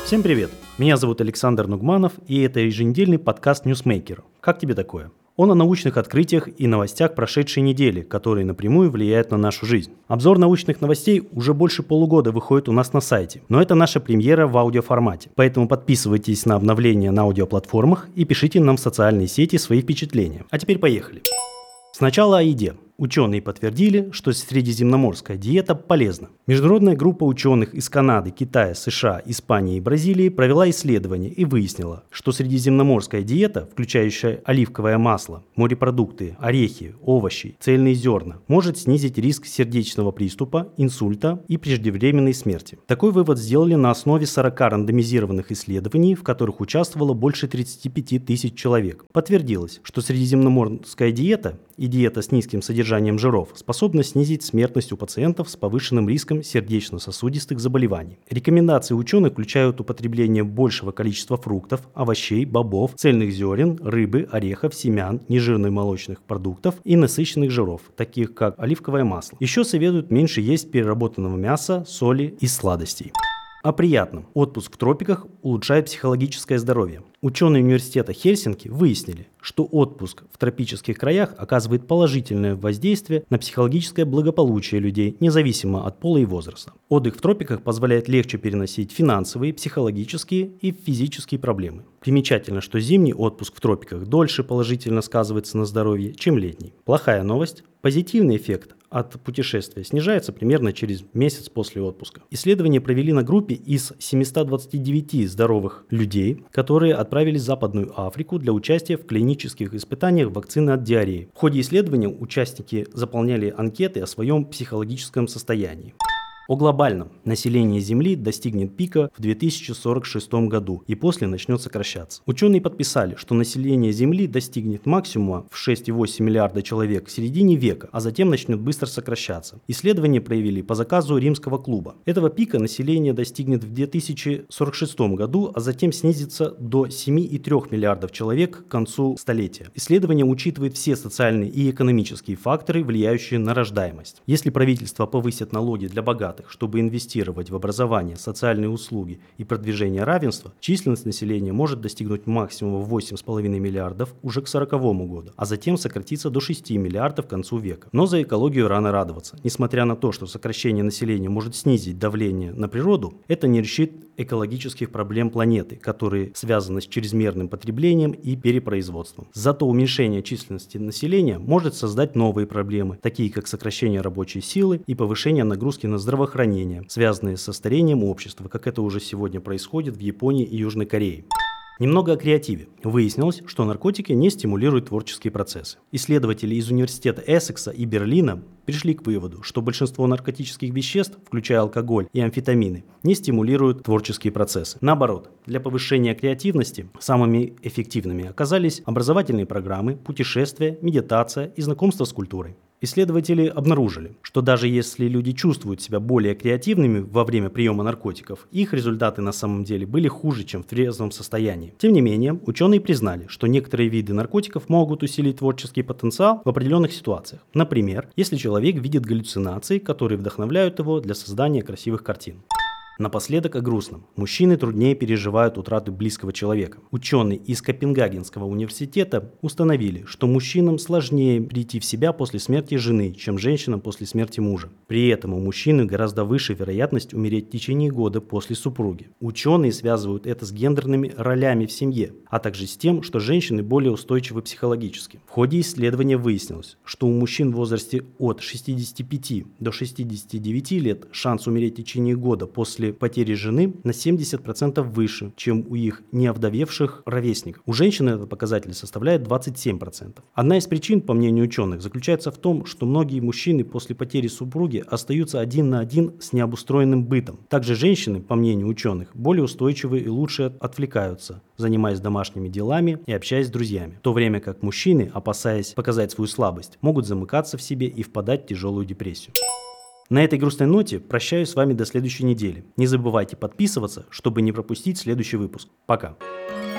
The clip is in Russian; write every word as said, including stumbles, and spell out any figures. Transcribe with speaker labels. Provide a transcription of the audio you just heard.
Speaker 1: Всем привет! Меня зовут Александр Нугманов, и это еженедельный подкаст «Ньюсмейкер». Как тебе такое? Он о научных открытиях и новостях прошедшей недели, которые напрямую влияют на нашу жизнь. Обзор научных новостей уже больше полугода выходит у нас на сайте, но это наша премьера в аудиоформате. Поэтому подписывайтесь на обновления на аудиоплатформах и пишите нам в социальные сети свои впечатления. А теперь поехали. Сначала о еде. Ученые подтвердили, что средиземноморская диета полезна. Международная группа ученых из Канады, Китая, США, Испании и Бразилии провела исследование и выяснила, что средиземноморская диета, включающая оливковое масло, морепродукты, орехи, овощи, цельные зерна, может снизить риск сердечного приступа, инсульта и преждевременной смерти. Такой вывод сделали на основе сорока рандомизированных исследований, в которых участвовало больше тридцати пяти тысяч человек. Подтвердилось, что средиземноморская диета и диета с низким содержанием жиров способна снизить смертность у пациентов с повышенным риском сердечно-сосудистых заболеваний. Рекомендации ученых включают употребление большего количества фруктов, овощей, бобов, цельных зерен, рыбы, орехов, семян, нежирных молочных продуктов и насыщенных жиров, таких как оливковое масло. Еще советуют меньше есть переработанного мяса, соли и сладостей. О приятном. Отпуск в тропиках улучшает психологическое здоровье. Ученые университета Хельсинки выяснили, что отпуск в тропических краях оказывает положительное воздействие на психологическое благополучие людей, независимо от пола и возраста. Отдых в тропиках позволяет легче переносить финансовые, психологические и физические проблемы. Примечательно, что зимний отпуск в тропиках дольше положительно сказывается на здоровье, чем летний. Плохая новость. Позитивный эффект от путешествия снижается примерно через месяц после отпуска. Исследования провели на группе из семисот двадцати девяти здоровых людей, которые отправились в Западную Африку для участия в клинических испытаниях вакцины от диареи. В ходе исследования участники заполняли анкеты о своем психологическом состоянии. О глобальном. Население Земли достигнет пика в две тысячи сорок шестом году и после начнет сокращаться. Ученые подписали, что население Земли достигнет максимума в шесть целых восемь десятых миллиарда человек в середине века, а затем начнет быстро сокращаться. Исследования провели по заказу Римского клуба. Этого пика население достигнет в две тысячи сорок шестом году, а затем снизится до семи целых трёх десятых миллиардов человек к концу столетия. Исследование учитывает все социальные и экономические факторы, влияющие на рождаемость. Если правительство повысит налоги для богатых, чтобы инвестировать в образование, социальные услуги и продвижение равенства, численность населения может достигнуть максимума в восемь целых пять десятых миллиардов уже к сороковому году, а затем сократиться до шести миллиардов к концу века. Но за экологию рано радоваться. Несмотря на то, что сокращение населения может снизить давление на природу, это не решит экологических проблем планеты, которые связаны с чрезмерным потреблением и перепроизводством. Зато уменьшение численности населения может создать новые проблемы, такие как сокращение рабочей силы и повышение нагрузки на здравоохранение, связанные со старением общества, как это уже сегодня происходит в Японии и Южной Корее. Немного о креативе. Выяснилось, что наркотики не стимулируют творческие процессы. Исследователи из университета Эссекса и Берлина пришли к выводу, что большинство наркотических веществ, включая алкоголь и амфетамины, не стимулируют творческие процессы. Наоборот, для повышения креативности самыми эффективными оказались образовательные программы, путешествия, медитация и знакомство с культурой. Исследователи обнаружили, что даже если люди чувствуют себя более креативными во время приема наркотиков, их результаты на самом деле были хуже, чем в трезвом состоянии. Тем не менее, ученые признали, что некоторые виды наркотиков могут усилить творческий потенциал в определенных ситуациях. Например, если человек видит галлюцинации, которые вдохновляют его для создания красивых картин. Напоследок о грустном. Мужчины труднее переживают утрату близкого человека. Ученые из Копенгагенского университета установили, что мужчинам сложнее прийти в себя после смерти жены, чем женщинам после смерти мужа. При этом у мужчины гораздо выше вероятность умереть в течение года после супруги. Ученые связывают это с гендерными ролями в семье, а также с тем, что женщины более устойчивы психологически. В ходе исследования выяснилось, что у мужчин в возрасте от шестидесяти пяти до шестидесяти девяти лет шанс умереть в течение года после потери жены на семьдесят процентов выше, чем у их неовдовевших ровесников. У женщин этот показатель составляет двадцать семь процентов. Одна из причин, по мнению ученых, заключается в том, что многие мужчины после потери супруги остаются один на один с необустроенным бытом. Также женщины, по мнению ученых, более устойчивы и лучше отвлекаются, занимаясь домашними делами и общаясь с друзьями, в то время как мужчины, опасаясь показать свою слабость, могут замыкаться в себе и впадать в тяжелую депрессию. На этой грустной ноте прощаюсь с вами до следующей недели. Не забывайте подписываться, чтобы не пропустить следующий выпуск. Пока.